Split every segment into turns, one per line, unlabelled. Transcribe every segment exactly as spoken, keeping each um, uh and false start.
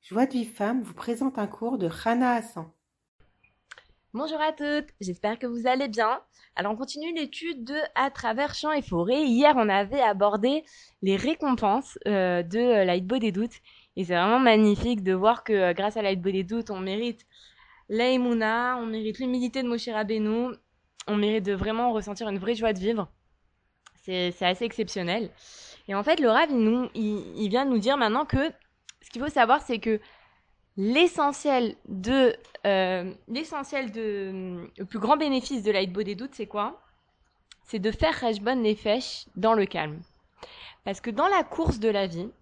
Joie de Vive Femme vous présente un cours de Rana Hassan.
Bonjour à toutes, j'espère que vous allez bien. Alors on continue l'étude de À travers champs et forêts. Hier on avait abordé les récompenses euh, de euh, la Hitbo des doutes. Et c'est vraiment magnifique de voir que euh, grâce à la Hitbo des doutes, on mérite la Emouna, on mérite l'humilité de Moshe Rabbeinu, on mérite de vraiment ressentir une vraie joie de vivre. C'est, c'est assez exceptionnel. Et en fait le Rav, il, nous, il, il vient de nous dire maintenant que ce qu'il faut savoir, c'est que l'essentiel de euh, l'essentiel de le plus grand bénéfice de la Hitbo des doutes, c'est quoi? C'est de faire Reshbon Nefesh dans le calme. Parce que dans la course de la vie,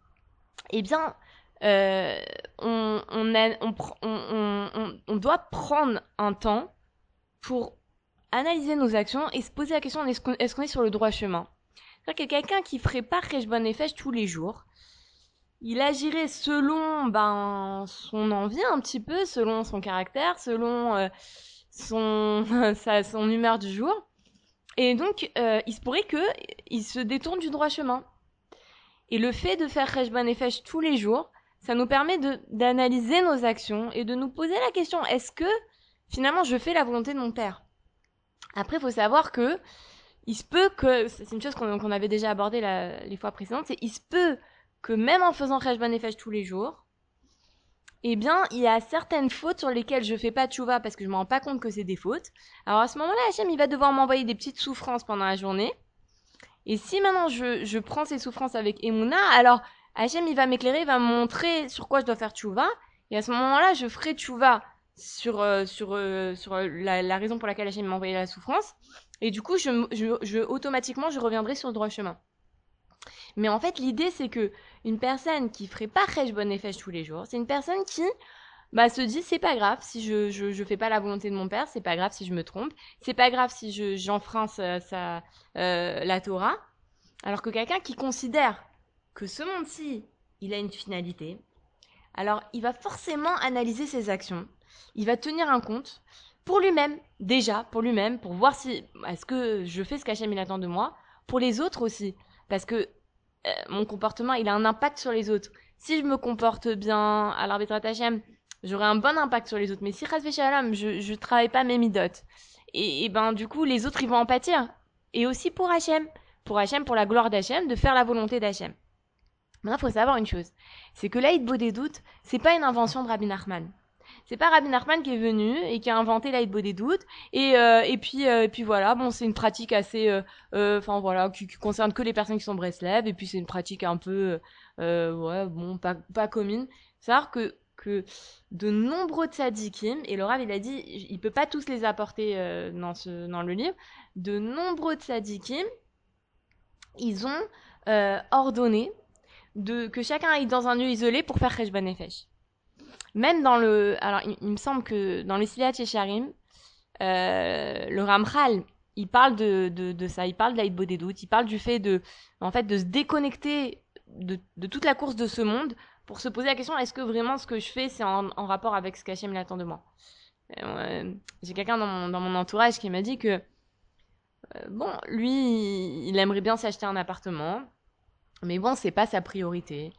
eh bien, euh, on, on, a, on, on, on, on doit prendre un temps pour analyser nos actions et se poser la question, est-ce qu'on est, qu'on est sur le droit chemin? C'est-à-dire que quelqu'un qui ferait pas Reshbon Nefesh tous les jours, il agirait selon ben, son envie un petit peu, selon son caractère, selon euh, son, sa, son humeur du jour. Et donc, euh, il se pourrait qu'il se détourne du droit chemin. Et le fait de faire Reshban et Fesh tous les jours, ça nous permet de, d'analyser nos actions et de nous poser la question, est-ce que finalement je fais la volonté de mon père? Après, il faut savoir que il se peut que, c'est une chose qu'on, qu'on avait déjà abordée la, les fois précédentes, c'est il se peut que même en faisant Reshban et Fesh tous les jours, eh bien, il y a certaines fautes sur lesquelles je fais pas tchouva parce que je me rends pas compte que c'est des fautes. Alors à ce moment-là, Hachem, il va devoir m'envoyer des petites souffrances pendant la journée. Et si maintenant je, je prends ces souffrances avec Emouna, alors Hachem, il va m'éclairer, il va me montrer sur quoi je dois faire tchouva. Et à ce moment-là, je ferai tchouva sur, euh, sur, euh, sur la, la raison pour laquelle Hachem m'a envoyé la souffrance. Et du coup, je, je, je, automatiquement, je reviendrai sur le droit chemin. Mais en fait, l'idée, c'est que une personne qui ferait pas Resh Bonne Nefesh tous les jours, c'est une personne qui bah, se dit c'est pas grave si je, je, je fais pas la volonté de mon père, c'est pas grave si je me trompe, c'est pas grave si je, j'enfreins sa, sa, euh, la Torah. Alors que quelqu'un qui considère que ce monde-ci, il a une finalité, alors il va forcément analyser ses actions, il va tenir un compte pour lui-même, déjà, pour lui-même, pour voir si est-ce que je fais ce qu'Hachem il attend de moi, pour les autres aussi, parce que euh, mon comportement, il a un impact sur les autres. Si je me comporte bien à l'arbitrage Hachem, j'aurai un bon impact sur les autres. Mais si Chas Shalom, je je travaille pas mes midotes, et, et ben du coup les autres ils vont en pâtir. Et aussi pour Hachem, pour Hachem, pour la gloire d'Hachem, de faire la volonté d'Hachem. Maintenant, il faut savoir une chose, c'est que l'Aïd des doutes, c'est pas une invention de Rabbi Nachman. C'est pas Rabbi Nachman qui est venu et qui a inventé l'Aïd des doutes. Et, euh, et, puis, euh, et puis voilà, bon, c'est une pratique assez. Enfin euh, euh, voilà, qui, qui concerne que les personnes qui sont Breslev. Et puis c'est une pratique un peu. Euh, ouais, bon, pas, pas commune. C'est rare que, que de nombreux tzadikim, et le Rav il a dit, il peut pas tous les apporter euh, dans, ce, dans le livre, de nombreux tzadikim, ils ont euh, ordonné de, que chacun aille dans un lieu isolé pour faire Cheshbon Nefesh. Même dans le. Alors, il, il me semble que dans le Siliat Yesharim, euh, le Ramchal, il parle de, de, de ça, il parle de l'Aïdbo des doutes, il parle du fait de, en fait, de se déconnecter de, de toute la course de ce monde pour se poser la question est-ce que vraiment ce que je fais c'est en, en rapport avec ce qu'Hachem attend de moi. Euh, J'ai quelqu'un dans mon, dans mon entourage qui m'a dit que, euh, bon, lui, il aimerait bien s'acheter un appartement, mais bon, c'est pas sa priorité.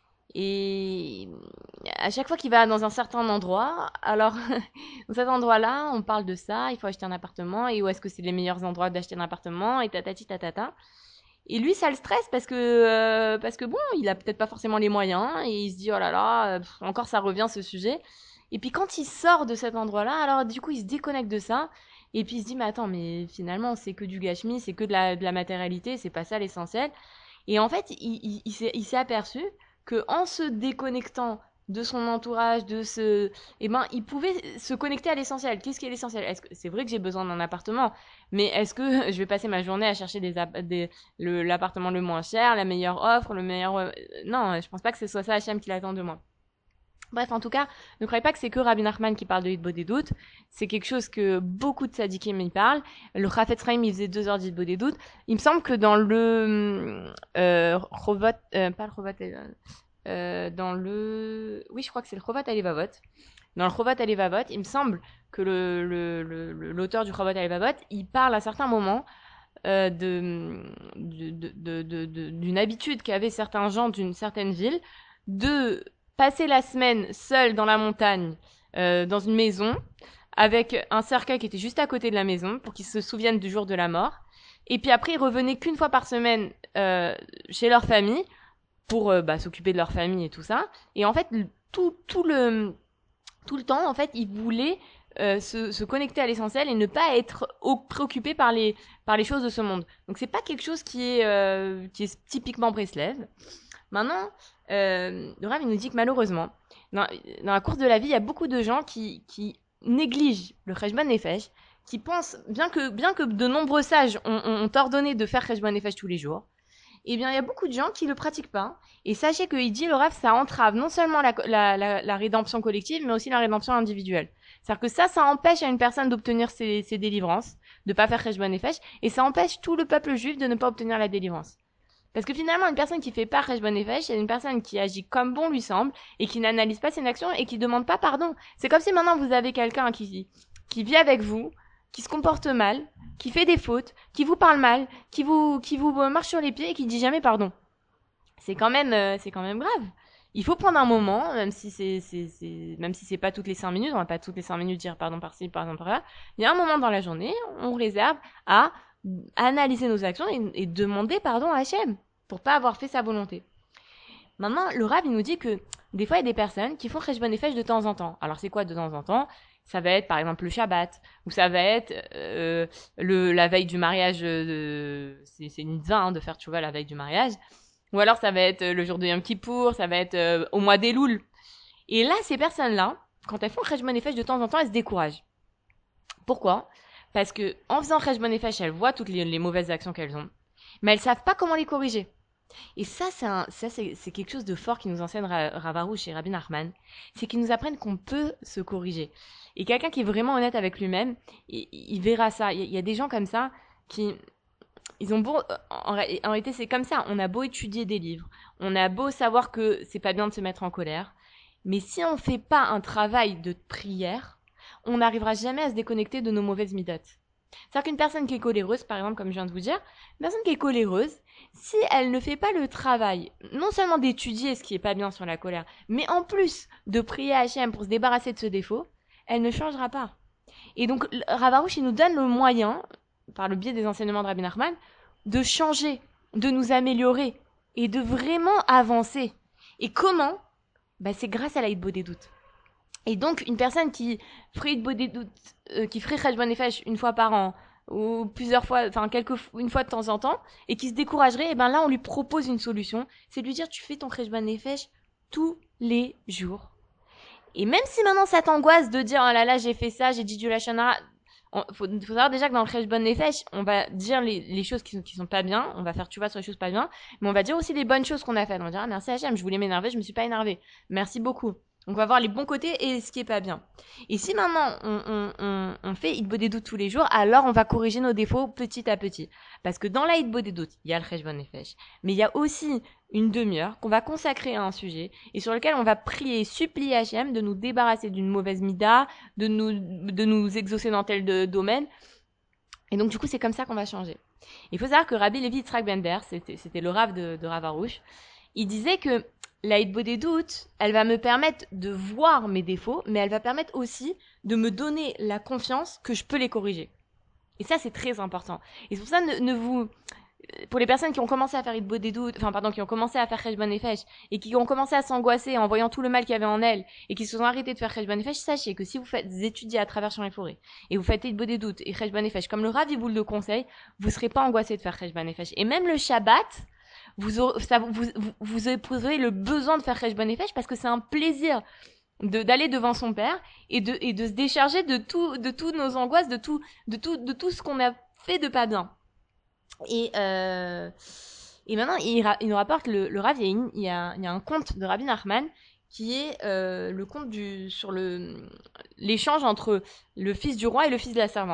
Et à chaque fois qu'il va dans un certain endroit, alors dans cet endroit-là, on parle de ça, il faut acheter un appartement, et où est-ce que c'est les meilleurs endroits d'acheter un appartement, et tatati tatata. Et lui, ça le stresse parce que, euh, parce que bon, il a peut-être pas forcément les moyens, et il se dit, oh là là, euh, pff, encore ça revient ce sujet. Et puis quand il sort de cet endroit-là, alors du coup, il se déconnecte de ça, et puis il se dit, mais attends, mais finalement, c'est que du gâchis, c'est que de la, de la matérialité, c'est pas ça l'essentiel. Et en fait, il, il, il s'est, il s'est aperçu que en se déconnectant de son entourage, de ce, eh ben, il pouvait se connecter à l'essentiel. Qu'est-ce qui est l'essentiel? Est-ce que c'est vrai que j'ai besoin d'un appartement, mais est-ce que je vais passer ma journée à chercher des, des le, l'appartement le moins cher, la meilleure offre, le meilleur euh, non, je pense pas que ce soit ça Hachem qui l'attend de moi. Bref, en tout cas, ne croyez pas que c'est que Rabbi Nachman qui parle de Hitbo des doutes. C'est quelque chose que beaucoup de tzadikim y parlent. Le Chafetz Chaim, il faisait deux heures d'Hitbo des doutes. Il me semble que dans le euh, Chovot, euh, pas le Chovat, euh, euh, dans le, oui, je crois que c'est le Chovat Alevavot. Dans le Chovat Alevavot, il me semble que le, le, le, le- l'auteur du Chovat Alevavot, il parle à certains moments euh, de, de, de, de, de- de- d'une habitude qu'avaient certains gens d'une certaine ville de passer la semaine seul dans la montagne, euh, dans une maison, avec un cercueil qui était juste à côté de la maison, pour qu'ils se souviennent du jour de la mort. Et puis après, ils revenaient qu'une fois par semaine euh, chez leur famille, pour euh, bah, s'occuper de leur famille et tout ça. Et en fait, tout, tout, le, tout le temps, en fait, ils voulaient euh, se, se connecter à l'essentiel et ne pas être au, préoccupés par les, par les choses de ce monde. Donc c'est pas quelque chose qui est, euh, qui est typiquement Breslev. Maintenant, euh, le Rav, il nous dit que malheureusement, dans, dans la course de la vie, il y a beaucoup de gens qui, qui négligent le Cheshbon Nefesh, qui pensent, bien que, bien que de nombreux sages ont, ont, ont ordonné de faire Cheshbon Nefesh tous les jours, eh bien, il y a beaucoup de gens qui le pratiquent pas. Et sachez que il dit, le Rav, ça entrave non seulement la, la, la, la rédemption collective, mais aussi la rédemption individuelle. C'est-à-dire que ça, ça empêche à une personne d'obtenir ses, ses délivrances, de pas faire Cheshbon Nefesh, et ça empêche tout le peuple juif de ne pas obtenir la délivrance. Parce que finalement, une personne qui fait pas Cheshbon Nefesh, c'est une personne qui agit comme bon lui semble, et qui n'analyse pas ses actions, et qui demande pas pardon. C'est comme si maintenant vous avez quelqu'un qui, qui vit avec vous, qui se comporte mal, qui fait des fautes, qui vous parle mal, qui vous, qui vous marche sur les pieds et qui dit jamais pardon. C'est quand même, euh, c'est quand même grave. Il faut prendre un moment, même si c'est, c'est, c'est, même si c'est pas toutes les cinq minutes, on va pas toutes les cinq minutes dire pardon par-ci, pardon par-là. Il y a un moment dans la journée, on réserve à analyser nos actions et, et demander pardon à Hachem pour pas avoir fait sa volonté. Maintenant, le Rav, il nous dit que des fois, il y a des personnes qui font Cheshbon Nefesh de temps en temps. Alors, c'est quoi de temps en temps? Ça va être, par exemple, le Shabbat, ou ça va être euh, le, la veille du mariage, de, c'est, c'est une mitzvah hein, de faire tchouva la veille du mariage. Ou alors, ça va être le jour de Yom Kippour, ça va être euh, au mois d'Elul. Et là, ces personnes-là, quand elles font Cheshbon Nefesh de temps en temps, elles se découragent. Pourquoi? Parce que en faisant Cheshbon Nefesh, elles voient toutes les, les mauvaises actions qu'elles ont, mais elles savent pas comment les corriger. Et ça, c'est, un, ça c'est, c'est quelque chose de fort qui nous enseigne Rav Arush et Rabbi Nachman. C'est qu'ils nous apprennent qu'on peut se corriger. Et quelqu'un qui est vraiment honnête avec lui-même, il, il verra ça. Il y a des gens comme ça qui... Ils ont beau... En, en réalité, c'est comme ça. On a beau étudier des livres. On a beau savoir que c'est pas bien de se mettre en colère. Mais si on fait pas un travail de prière, on n'arrivera jamais à se déconnecter de nos mauvaises midotes. C'est-à-dire qu'une personne qui est coléreuse, par exemple, comme je viens de vous dire, une personne qui est coléreuse, si elle ne fait pas le travail, non seulement d'étudier ce qui est pas bien sur la colère, mais en plus de prier à Hachem pour se débarrasser de ce défaut, elle ne changera pas. Et donc, Rav Arush, il nous donne le moyen, par le biais des enseignements de Rabbi Nachman, de changer, de nous améliorer et de vraiment avancer. Et comment? Bah, c'est grâce à la Hitbo des doutes. Et donc, une personne qui ferait Hitbo des doutes, euh, qui ferait Cheshbon Nefesh une fois par an, ou plusieurs fois, enfin, quelques, une fois de temps en temps, et qui se découragerait, et ben là, on lui propose une solution. C'est de lui dire, tu fais ton Cheshbon Nefesh tous les jours. Et même si maintenant ça t'angoisse de dire, oh là là, j'ai fait ça, j'ai dit du Lachon Hara, il faut, faut savoir déjà que dans le Cheshbon Nefesh, on va dire les, les choses qui sont, qui sont pas bien, on va faire tu vois sur les choses pas bien, mais on va dire aussi les bonnes choses qu'on a faites. On va dire, ah, merci Hachem, je voulais m'énerver, je me suis pas énervé. Merci beaucoup. Donc on va voir les bons côtés et ce qui est pas bien. Et si maintenant on, on, on, on fait Hitbo des doutes tous les jours, alors on va corriger nos défauts petit à petit. Parce que dans la Hitbo des doutes, il y a le Cheshbon Nefesh, mais il y a aussi une demi-heure qu'on va consacrer à un sujet et sur lequel on va prier, supplier Hachem de nous débarrasser d'une mauvaise mida, de nous, de nous exaucer dans tel de, domaine. Et donc du coup c'est comme ça qu'on va changer. Il faut savoir que Rabbi Levi Yitzhak Ben Ber, c'était, c'était le Rav de, de Rav Arush, il disait que la Hitbo des doutes, elle va me permettre de voir mes défauts, mais elle va permettre aussi de me donner la confiance que je peux les corriger. Et ça, c'est très important. Et c'est pour ça, ne, ne vous... Pour les personnes qui ont commencé à faire Hitbo des doutes, enfin pardon, qui ont commencé à faire Cheshbon Nefesh, et qui ont commencé à s'angoisser en voyant tout le mal qu'il y avait en elles, et qui se sont arrêtés de faire Cheshbon Nefesh, sachez que si vous faites étudier à travers champs et forêts, et vous faites Hitbo des doutes et Cheshbon Nefesh, comme le Rav il vous le conseille, vous serez pas angoissé de faire Cheshbon Nefesh. Et même le Shabbat, vous, aurez, ça, vous, vous, vous éprouverez le besoin de faire Cheshbon Nefesh parce que c'est un plaisir de, d'aller devant son père et de, et de se décharger de tout, de toutes nos angoisses, de tout, de tout, de tout ce qu'on a fait de pas bien. Et, euh, et maintenant, il, il nous rapporte le, le Rav, il y, a une, il, y a, il y a un conte de Rabbi Nachman qui est euh, le conte du, sur le, l'échange entre le fils du roi et le fils de la servante.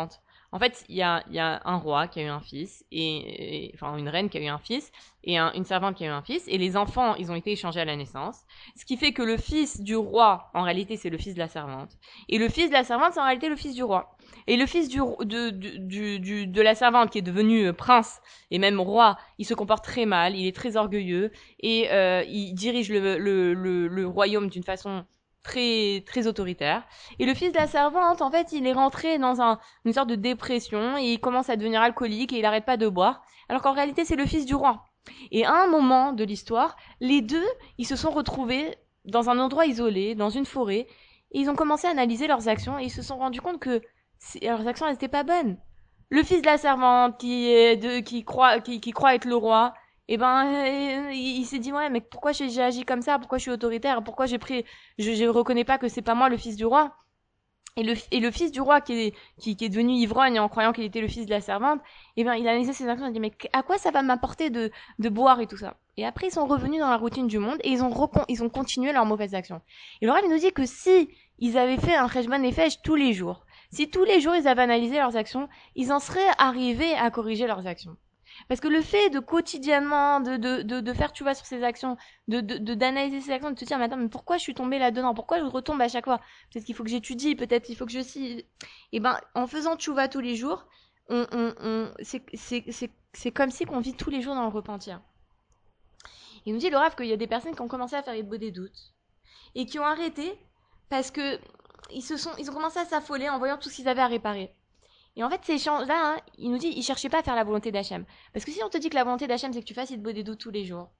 En fait, il y a, il y a un roi qui a eu un fils, et, et- enfin une reine qui a eu un fils, et un- une servante qui a eu un fils, et les enfants, ils ont été échangés à la naissance. Ce qui fait que le fils du roi, en réalité, c'est le fils de la servante. Et le fils de la servante, c'est en réalité le fils du roi. Et le fils du, de, du, du, du- de la servante, qui est devenu euh, prince, et même roi, il se comporte très mal, il est très orgueilleux, et euh, il dirige le, le, le, le royaume d'une façon très, très autoritaire. Et le fils de la servante, en fait, il est rentré dans un, une sorte de dépression et il commence à devenir alcoolique et il arrête pas de boire. Alors qu'en réalité, c'est le fils du roi. Et à un moment de l'histoire, les deux, ils se sont retrouvés dans un endroit isolé, dans une forêt, et ils ont commencé à analyser leurs actions et ils se sont rendus compte que leurs actions, elles étaient pas bonnes. Le fils de la servante qui est de, qui croit, qui, qui croit être le roi, et ben, euh, il, il s'est dit, ouais, mais pourquoi j'ai j'ai agi comme ça? Pourquoi je suis autoritaire? Pourquoi j'ai pris, je, je reconnais pas que c'est pas moi le fils du roi? Et le, et le fils du roi qui est, qui, qui est devenu ivrogne en croyant qu'il était le fils de la servante, eh ben, il a laissé ses actions, il a dit, mais à quoi ça va m'apporter de, de boire et tout ça? Et après, ils sont revenus dans la routine du monde et ils ont, recon, ils ont continué leurs mauvaises actions. Et le rêve nous dit que si ils avaient fait un Khejban Nefesh tous les jours, si tous les jours ils avaient analysé leurs actions, ils en seraient arrivés à corriger leurs actions. Parce que le fait de quotidiennement, de, de, de, de faire tu vois sur ses actions, de, de, de- d'analyser ses actions, de te dire, mais attends, mais pourquoi je suis tombée là-dedans? Pourquoi je retombe à chaque fois? Peut-être qu'il faut que j'étudie, peut-être il faut que je si. Et ben, en faisant tchouva tous les jours, on, on, on, c'est, c'est, c'est, c'est comme si qu'on vit tous les jours dans le repentir. Il nous dit, le Rav, qu'il y a des personnes qui ont commencé à faire les beaux des doutes et qui ont arrêté parce que ils se sont, ils ont commencé à s'affoler en voyant tout ce qu'ils avaient à réparer. Et en fait, ces gens-là, hein, il nous dit, ils cherchaient pas à faire la volonté d'Hachem. Parce que si on te dit que la volonté d'Hachem, c'est que tu fasses Hitbo des doutes tous les jours,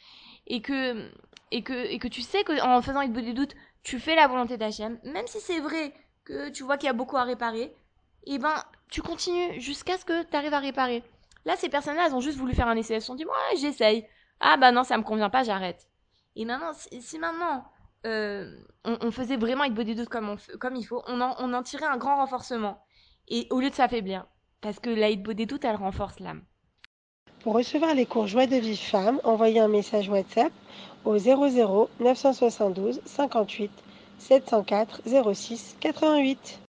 et que, et que, et que tu sais qu'en faisant Hitbo des doutes, tu fais la volonté d'Hachem, même si c'est vrai que tu vois qu'il y a beaucoup à réparer, et ben, tu continues jusqu'à ce que tu arrives à réparer. Là, ces personnes-là, elles ont juste voulu faire un essai. Elles se sont dit, moi, ouais, j'essaye. Ah bah non, ça me convient pas, j'arrête. Et maintenant, si, si maintenant, euh, on, on faisait vraiment Hitbo des doutes comme, on, comme il faut, on en, on en tirait un grand renforcement. Et au lieu de s'affaiblir. Parce que la Hitbo des doutes, elle renforce l'âme.
Pour recevoir les cours Joie de Vive Femme, envoyez un message WhatsApp au zéro zéro neuf cent soixante-douze cinquante-huit sept cent quatre zéro six quatre-vingt-huit.